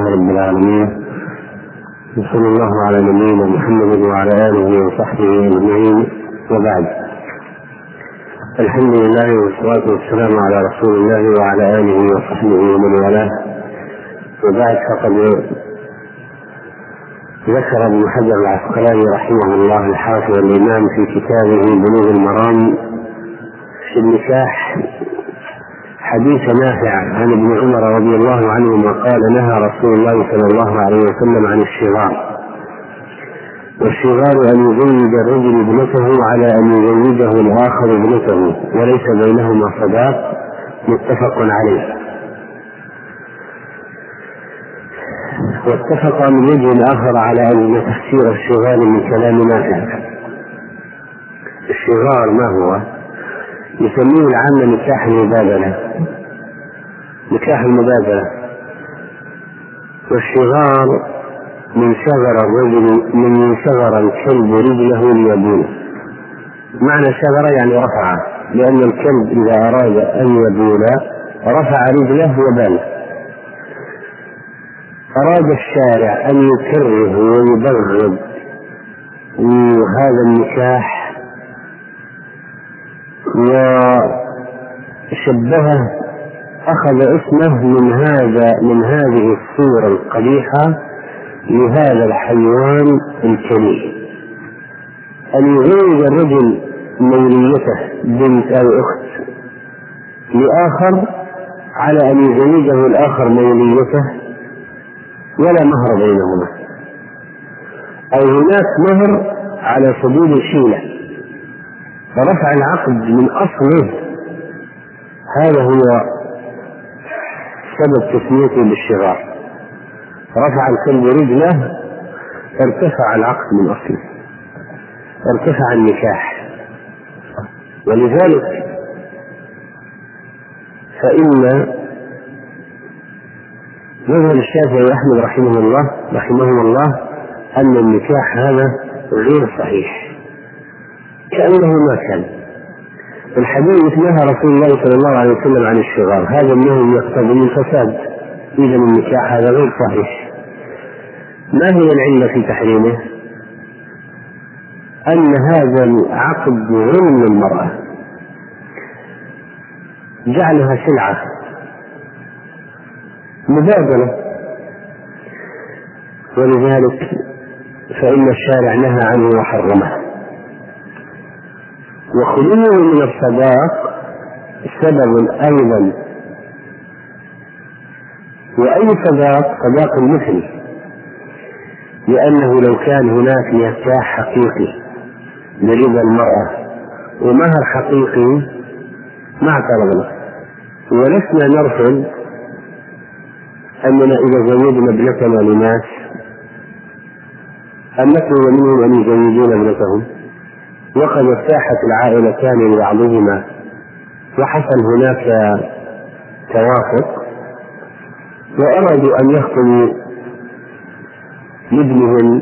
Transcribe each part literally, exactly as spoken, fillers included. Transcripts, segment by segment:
لله رب العالمين، وصلى الله على نبينا محمد وعلى آله وصحبه أجمعين، وبعد. الحمد لله والصلاة والسلام على رسول الله وعلى آله وصحبه ومن والاه، وبعد. فقد ذكر ابن حجر العسقلاني رحمه الله الحافظ الإمام في كتابه بلوغ المرام في النكاح حديث نافع عن ابن عمر رضي الله عنهما قال: نهى رسول الله صلى الله عليه وسلم عن الشغار، والشغار أن يزوج الرجل ابنته على أن يزوجه الآخر ابنته وليس بينهما صداق، متفق عليه. واتفق من وجه آخر على أن تفسير الشغار من كلام نافع. الشغار ما هو؟ يسميه العامة نكاح المبادلة، نكاح المبادلة. والشغار من شغر الرجل من شغر الكلب رجله ليبول. معنى شغر يعني رفعه، لأن الكلب إذا أراد أن يبول رفع رجله وبال. أراد الشارع أن يكره ويبغض هذا النكاح وشبهه، أخذ اسمه من هذا من هذه الصورة القبيحة لهذا الحيوان الكريم، أن يزوج الرجل موليته بنت أو أخت لآخر على أن يزوجه الآخر موليته ولا مهر بينهما، أو هناك مهر على سبيل الحيلة، فرفع العقد من أصله. هذا هو سبب تسميته بالشغار. رفع الكلب رجله، ارتفع العقد من أصله، ارتفع النكاح. ولذلك فإن مذهب الشافعي وأحمد رحمه الله رحمه الله أن النكاح هذا غير صحيح، كأنه ما كان. الحديث نهى رسول الله صلى الله عليه وسلم عن الشغار، هذا النهي يقتضي الفساد، إذا النكاح هذا غير صحيح. ما هي العلة في تحريمه؟ أن هذا العقد ظلم للمرأة، جعلها سلعة مبادلة، ولذلك فإن الشارع نهى عنه وحرمه. وخلوه من الصداق سبب أيضا، وأي صداق؟ صداق المثل، لأنه لو كان هناك نكاح حقيقي برضا المرأة ومهر حقيقي ما اعترضنا. ولسنا نرفض أننا إذا زوجنا ابنتنا لناس أن نطلب منهم أن يزوجون ابنتهم، وقد ارتاحت العائلتان لبعضهما وحصل هناك توافق وأرادوا أن يخطبوا لابنهم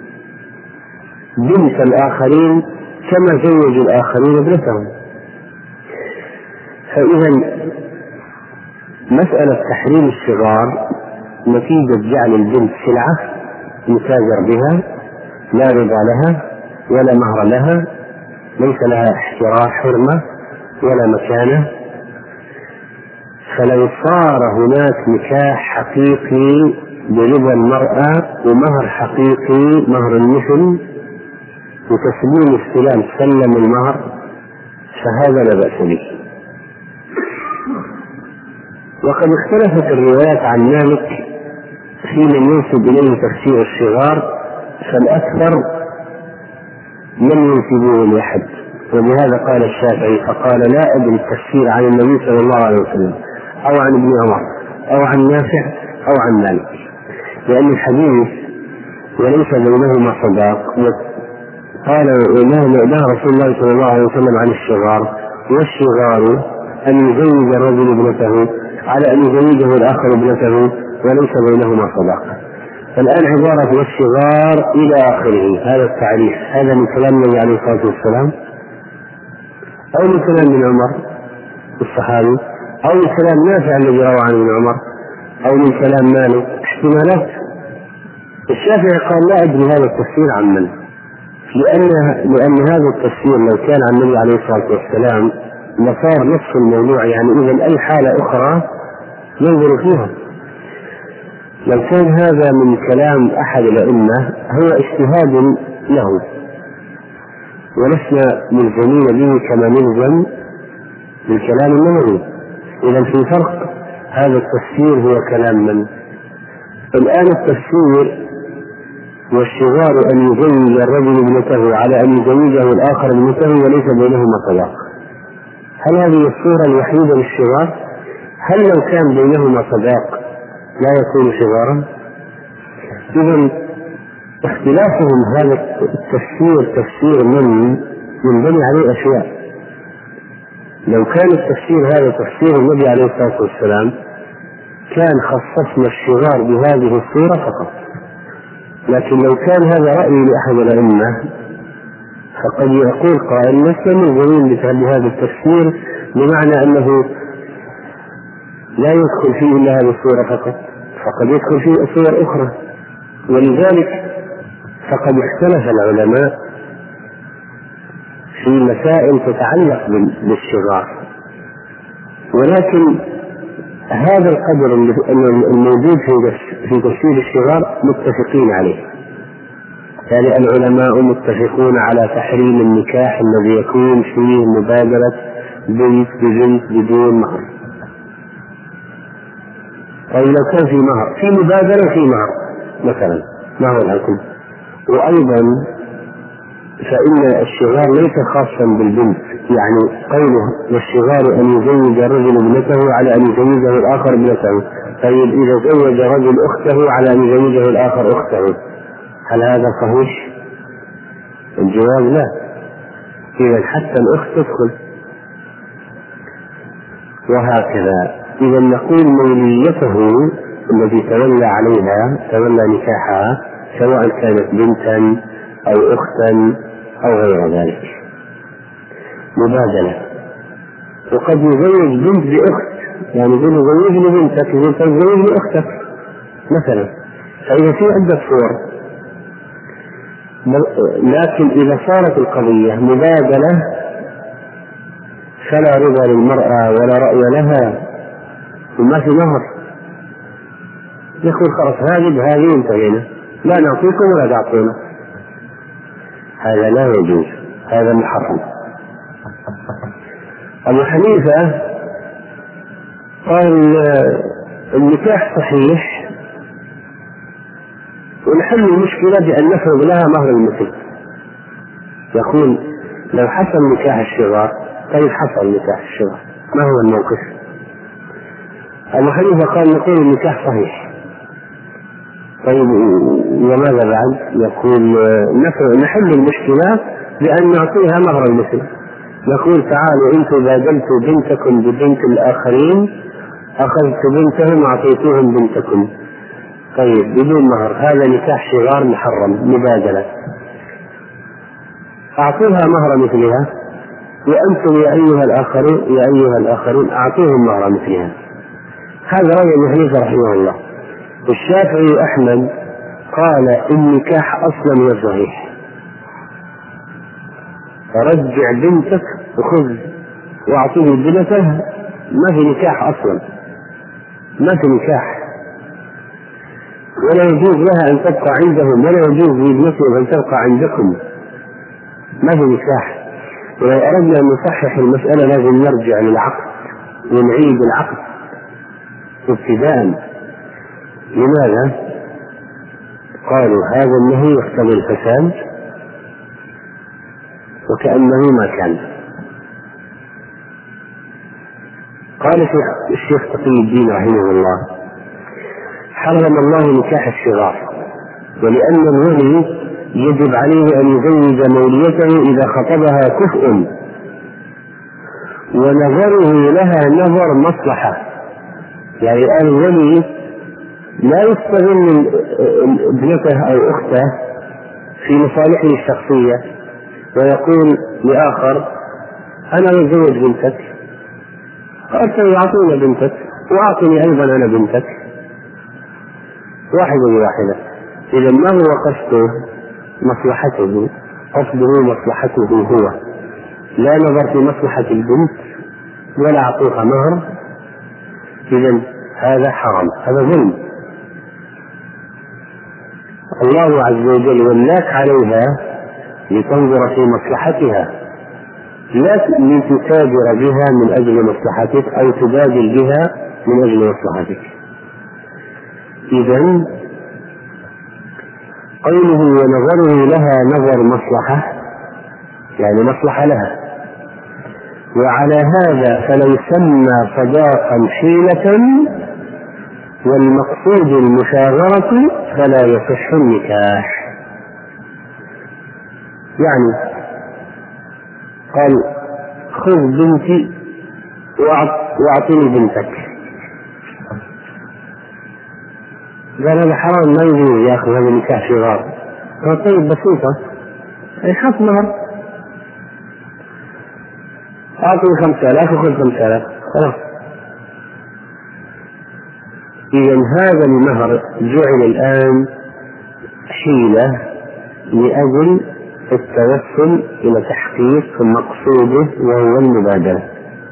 بنت الآخرين كما زوجوا الآخرين ابنتهم. فإذا مسألة تحريم الشغار نتيجة جعل البنت سلعة يتاجر بها، لا رضا لها ولا مهر لها، ليس لها احترام حرمة ولا مكانة. فلو صار هناك نكاح حقيقي برضا المرأة ومهر حقيقي، مهر المثل وتسليم السلام سلم المهر، فهذا لا بأس به. وقد اختلفت الروايات عن مالك في من ينسب إليه تفسير الشغار، فالأكثر لم ينسبوه لأحد، وبهذا قال الشافعي فقال: لا أدري التفسير عن النبي صلى الله عليه وسلم أو عن ابن عمر أو عن نافع أو عن مالك، لأن الحديث وليس بينهما صداق. قال نهى رسول الله صلى الله عليه وسلم عن الشغار، والشغار أن يزوج الرجل ابنته على أن يزوجه الآخر ابنته وليس بينهما صداقة. فالآن عبارة والشغار إلى آخره، هذا التعريف هذا من كلام النبي عليه الصلاة والسلام أو من كلام ابن عمر الصحابي أو من كلام نافع الذي روى عن ابن عمر أو من كلام مالك احتمالات. الشافعي قال لا أدري هذا التفسير عن من، لأن لأن هذا التفسير لو كان عن النبي عليه الصلاة والسلام لصار نفس الموضوع، يعني إذا أي حالة أخرى ينظر فيها. لو كان هذا من كلام أحد الأئمة هو اجتهاد له ولسنا ملزمين به كما نلزم بالكلام النبوي. إذا في فرق، هذا التفسير هو كلام من؟ الآن التفسير والشغار أن يزوج الرجل ابنته على أن يزوجه الآخر ابنته وليس بينهما طلاق، هل هذه الصورة الوحيدة للشغار؟ هل لو كان بينهما صداق لا يكون شغارا؟ إذن اختلافهم هذا التفسير تفسير من ينبني عليه أشياء. لو كان التفسير هذا تفسير النبي عليه الصلاة والسلام كان خصصنا الشغار بهذه الصورة فقط، لكن لو كان هذا رأي لأحد الأئمة فقد يقول قائل لسنا ملزمين بهذا التفسير، بمعنى أنه لا يدخل فيه إلا هذه الصورة فقط، فقد يدخل فيه صور أخرى. ولذلك فقد اختلف العلماء في مسائل تتعلق بالشغار، ولكن هذا القدر الموجود في تفسير الشغار متفقين عليه. يعني العلماء متفقون على تحريم النكاح الذي يكون فيه مبادرة بنت ببنت بدون مهر. أو لو كان في مهر، في مبادرة في مهر مثلا، ما هو الحكم؟ وأيضا فإن الشغار ليس خاصا بالبنت، يعني قوله والشغار أن يزوج الرجل ابنته على أن يزوجه الآخر ابنته. طيب إذا زوج رجل أخته على أن يزوجه الآخر أخته، هل هذا صحيح؟ الجواب لا. إذا حتى الأخت تدخل. وهكذا إذا نقول موليته التي تولى عليها تولى نكاحها سواء كانت بنتا أو أختا أو غير ذلك مبادلة. وقد يزوج بنت بأخت، يعني يقول زوجني بنتك يقول تزوجني أختك مثلا. فإذا في عدة صور، لكن إذا صارت القضية مبادلة فلا رضا للمرأة ولا رأي لها وما في مهر، يقول خلاص هذه بهذه انتهينا، لا نعطيكم ولا تعطونا. هذا لا يجوز، هذا محرم. أبو حنيفة قال النكاح صحيح ونحل المشكلة بأن نفرض لها مهر المثل. يقول لو حصل نكاح الشغار، طيب حصل نكاح الشغار ما هو الموقف؟ أبو حنيفة قال نقول النكاح صحيح. طيب وماذا بعد؟ يقول نحل المشكلة بأن نعطيها مهر المثل. يقول تعالوا انتم بادلتوا بنتكم ببنت الآخرين، أخذت بنتهم وأعطيتوهم بنتكم، طيب بدون مهر، هذا نكاح شغار محرم مبادلة. أعطوها مهر مثلها، وأنتم يا أيها الآخرون يا أيها الآخرون أعطوهم مهر مثلها. هذا رأي ابن حنيفة رحمه الله. الشافعي وأحمد قال النكاح أصلا هو صحيح، رجع بنتك وخذ واعطيه بنته، ما في نكاح أصلا، ما في نكاح، ولا يجوز لها أن تبقى عندهم ولا يجوز لابنتهم أن تبقى عندكم، ما في نكاح. ولو أردنا أن نصحح المسألة لازم نرجع للعقد ونعيد العقد ابتداء. لماذا؟ قالوا هذا النهي يقتضي الفساد وكأنه ما كان. قال الشيخ تقي الدين رحمه الله حرم الله نكاح الشغار، ولأن الولي يجب عليه أن يزوج موليته إذا خطبها كفء ونظره لها نظر مصلحة. يعني الآن الولي لا يستغل ابنته أو أخته في مصالحه الشخصية ويقول لآخر أنا أتزوج بنتك، أنت يعطوني بنتك وأعطني أيضا أنا بنتك، واحدة بواحدة. إذا ما هو قصده مصلحته، قصده مصلحته هو، لا نظر في مصلحة البنت ولا أعطوها مهر، إذا هذا حرام، هذا ظلم. الله عز وجل ولاك عليها لتنظر في مصلحتها، لا لتتاجر بها من أجل مصلحتك أو تبادل بها من أجل مصلحتك. إذن قوله ونظره لها نظر مصلحة يعني مصلحة لها، وعلى هذا فلو سمى صداقا حيلة والمقصود المشاورة فلا يصح النكاح. يعني قال خذ بنتي واعطني بنتك، قال هذا حرام ما يجوز ياخذ هذا النكاح شغار. قال طيب بسيطة، اي حط مهر، اعطني خمسة آلاف وخذ خمسة آلاف خلاص. إذا هذا المهر جعل الآن حيلة لأجل التوصل إلى تحقيق مقصوده وهو المبادلة.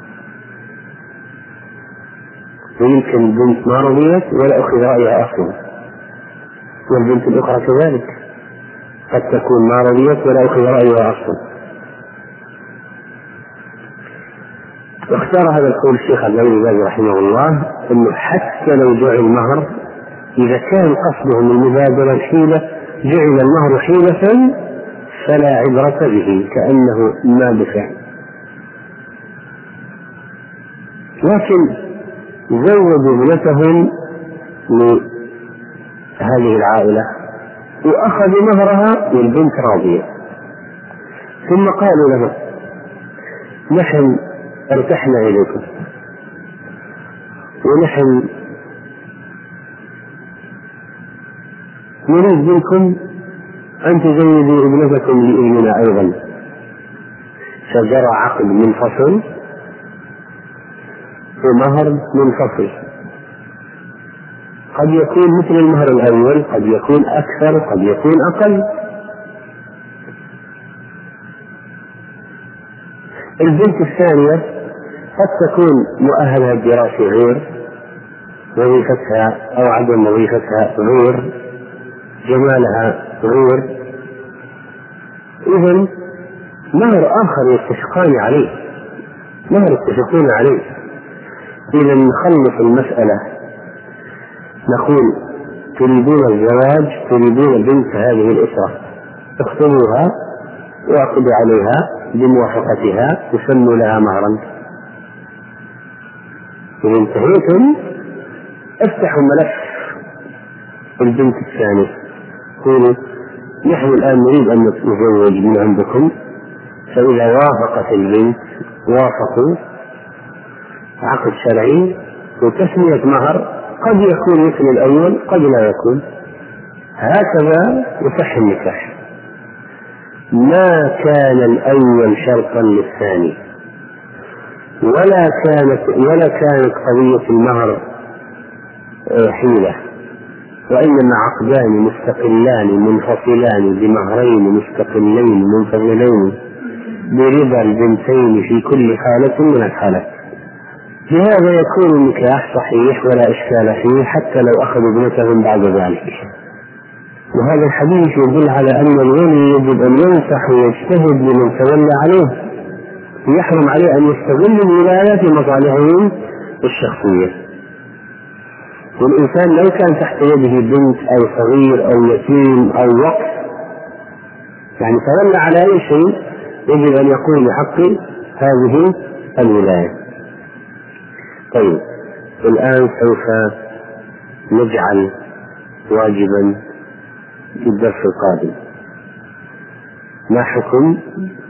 ويمكن البنت ما رضيت ولا أخذ رأيها أصلا، والبنت الأخرى كذلك قد تكون ما رضيت ولا أخذ رأيها أصلا. واختار هذا القول الشيخ عبد العزيز رحمه الله أنه حتى لو جعل المهر إذا كان قصدهم المبادلة الحيلة جعل المهر حيلة فلا عبرة به كأنه ما بفعل. لكن زودوا ابنتهم لهذه العائلة وأخذوا مهرها والبنت راضية، ثم قالوا له نحن ارتحنا إليكم ونحن نريد منكم أن تزوجوا ابنتكم لابننا أيضا. فجرى عقد منفصل ومهر منفصل، قد يكون مثل المهر الأول، قد يكون أكثر، قد يكون أقل. البنت الثانية قد تكون مؤهلة الدراسة غير، وظيفتها أو عدم وظيفتها غير، جمالها غير، إذن مهر آخر يتفقان عليه، مهر يتفقون عليه. إذا نخلص المسألة نقول تريدون الزواج، تريدون بنت هذه الأسرة، اخطبوها واعقدوا عليها بموافقتها وسموا لها مهرا. إذا انتهيتم افتحوا ملف البنت الثانية، قولوا نحن الآن نريد أن نتزوج من عندكم، فإذا وافقت البنت وافقوا عقد شرعي وتسمية مهر، قد يكون مثل الأول قد لا يكون، هكذا يصح النكاح. ما كان الأول شرطا للثاني، ولا كانت ولا كانت قضية المهر حيلة، وإنما عقدان مستقلان منفصلان بمهرين مستقلين منفصلين برضا البنتين في كل حالة من الحالات. بهذا يكون النكاح صحيح ولا إشكال فيه حتى لو أخذوا ابنتهم بعد ذلك. وهذا الحديث يدل على أن الولي يجب أن ينصح ويجتهد لمن تولى عليه، يحرم عليه أن يستغل الولاية في مصالحهم الشخصية. والإنسان لو كان تحت يده بنت أو صغير أو يتيم أو وقف يعني تولى على أي شيء يجب أن يقول بحق هذه الولاية. طيب الآن سوف نجعل واجبا في الدرس القادم ما حكم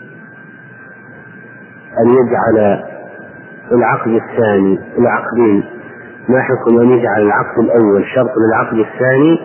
أن يجعل العقد الثاني العقدين ما حكم أن يجعل العقد الأول شرط للعقد الثاني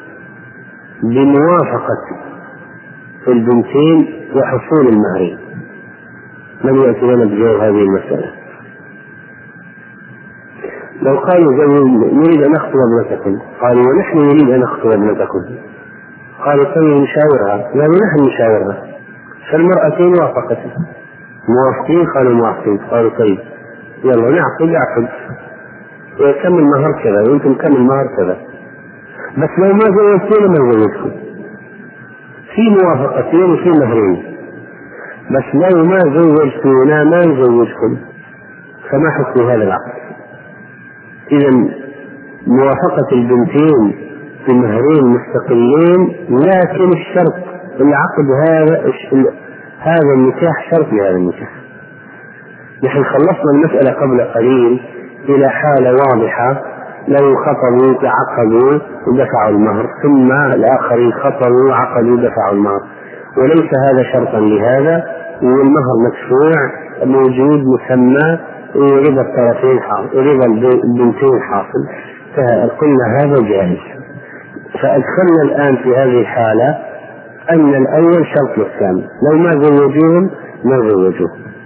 بموافقة البنتين وحصول المهرين. من يأتي لنا بجواب هذه المسألة؟ لو قالوا نريد أن نخطب ابنتكم، قالوا ونحن نريد أن نخطب ابنتكم، قالوا طيب نشاورها، قالوا نحن نشاورها، فالمرأتين وافقتا، موافقين؟ قالوا موافقين، قالوا طيب يلا نعقد عقد وكم المهر كذا وانتم كم المهر كذا، بس لو ما زوجتونا ما نزوجكم، في موافقتين وفي مهرين، بس لو ما زوجتونا ما نزوجكم، فما حكم هذا العقد؟ إذا موافقة البنتين في مهرين مستقلين، لكن الشرط العقد هذا هذا النكاح شرط لهذا النكاح. نحن خلصنا المسألة قبل قليل إلى حالة واضحة، لو خطبوا تعقدوا ودفعوا المهر، ثم الآخرين خطبوا عقدوا ودفعوا المهر، وليس هذا شرطا لهذا، والمهر مدفوع موجود مسمى ورضا الطرفين حاصل، ورضا البنتين حاصل، فقلنا هذا جائز. فأدخلنا الآن في هذه الحالة أن الأول شرط للثاني، لو ما زوجوهم ما زوجوه.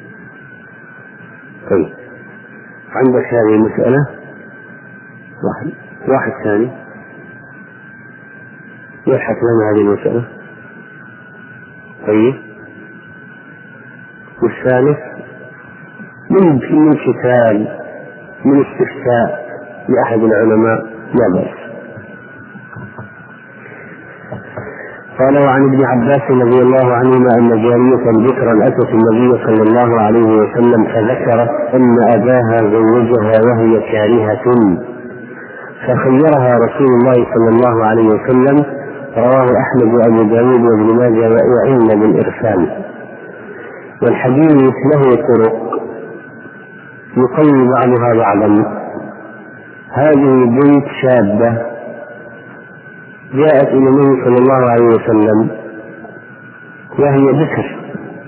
طيب عندك هذه المسألة؟ واحد واحد ثاني يبحث لنا هذه المسألة. طيب والثالث من من كتاب من استفتاء لأحد العلماء لا بأس. قال وعن ابن عباس رضي الله عنهما أن جارية ذكرا أتت النبي صلى الله عليه وسلم فذكرت أن أباها زوجها وهي كارهة، فخيرها رسول الله صلى الله عليه وسلم. رواه أحمد وأبو داود وابن ماجه وعين بالإرسال. والحديث له طرق يقوي بعضها بعضا. هذه بنت شابة جاءت إلى النبي صلى الله عليه وسلم وهي بكر،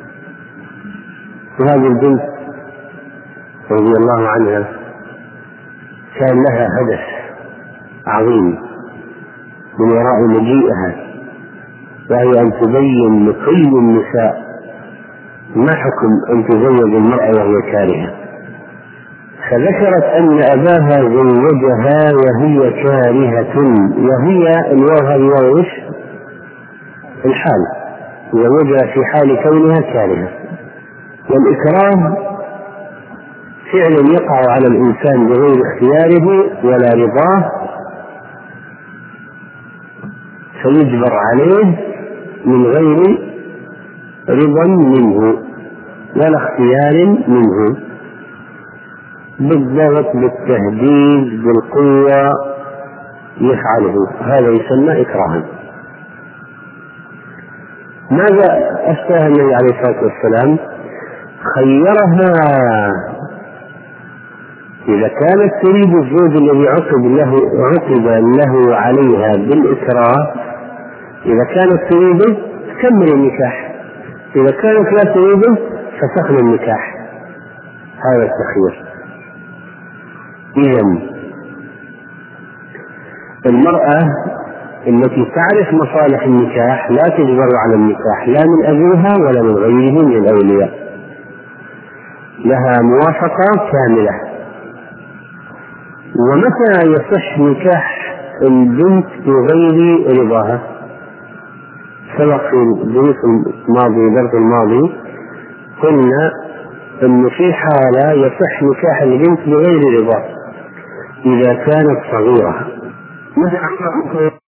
وهذه البنت رضي الله عنها كان لها هدف عظيم من وراء مجيئها، وهي أن تبين لكل النساء ما حكم أن تزوج المرأة وهي كارهة. فذكرت أن أباها زوجها وهي كارهة، وهي الواو هذه واو الحال، زوجها في حال كونها كارهة. والإكراه فعل يقع على الإنسان بغير اختياره ولا رضاه، فيجبر عليه من غير رضا منه ولا اختيار منه، بالضغط بالتهديد بالقوة يفعله، هذا يسمى إكراها. ماذا أفتاها النبي عليه الصلاة والسلام؟ خيرها إذا كانت تريد الزوج الذي عقد له عقد له عليها بالإكراه، إذا كانت تريده تكمل النكاح، إذا كانت لا تريده فسخن النكاح. هذا التخيير. إذن المرأة التي تعرف مصالح النكاح لا تجبر على النكاح لا من أبوها ولا من غيره من الأولياء، لها موافقة كاملة. ومتى يصح نكاح البنت بغير رضاها؟ سبق في الدروس الماضي الدرس الماضي قلنا أن في حالة يصح نكاح البنت بغير رضا إذا كانت صغيرة.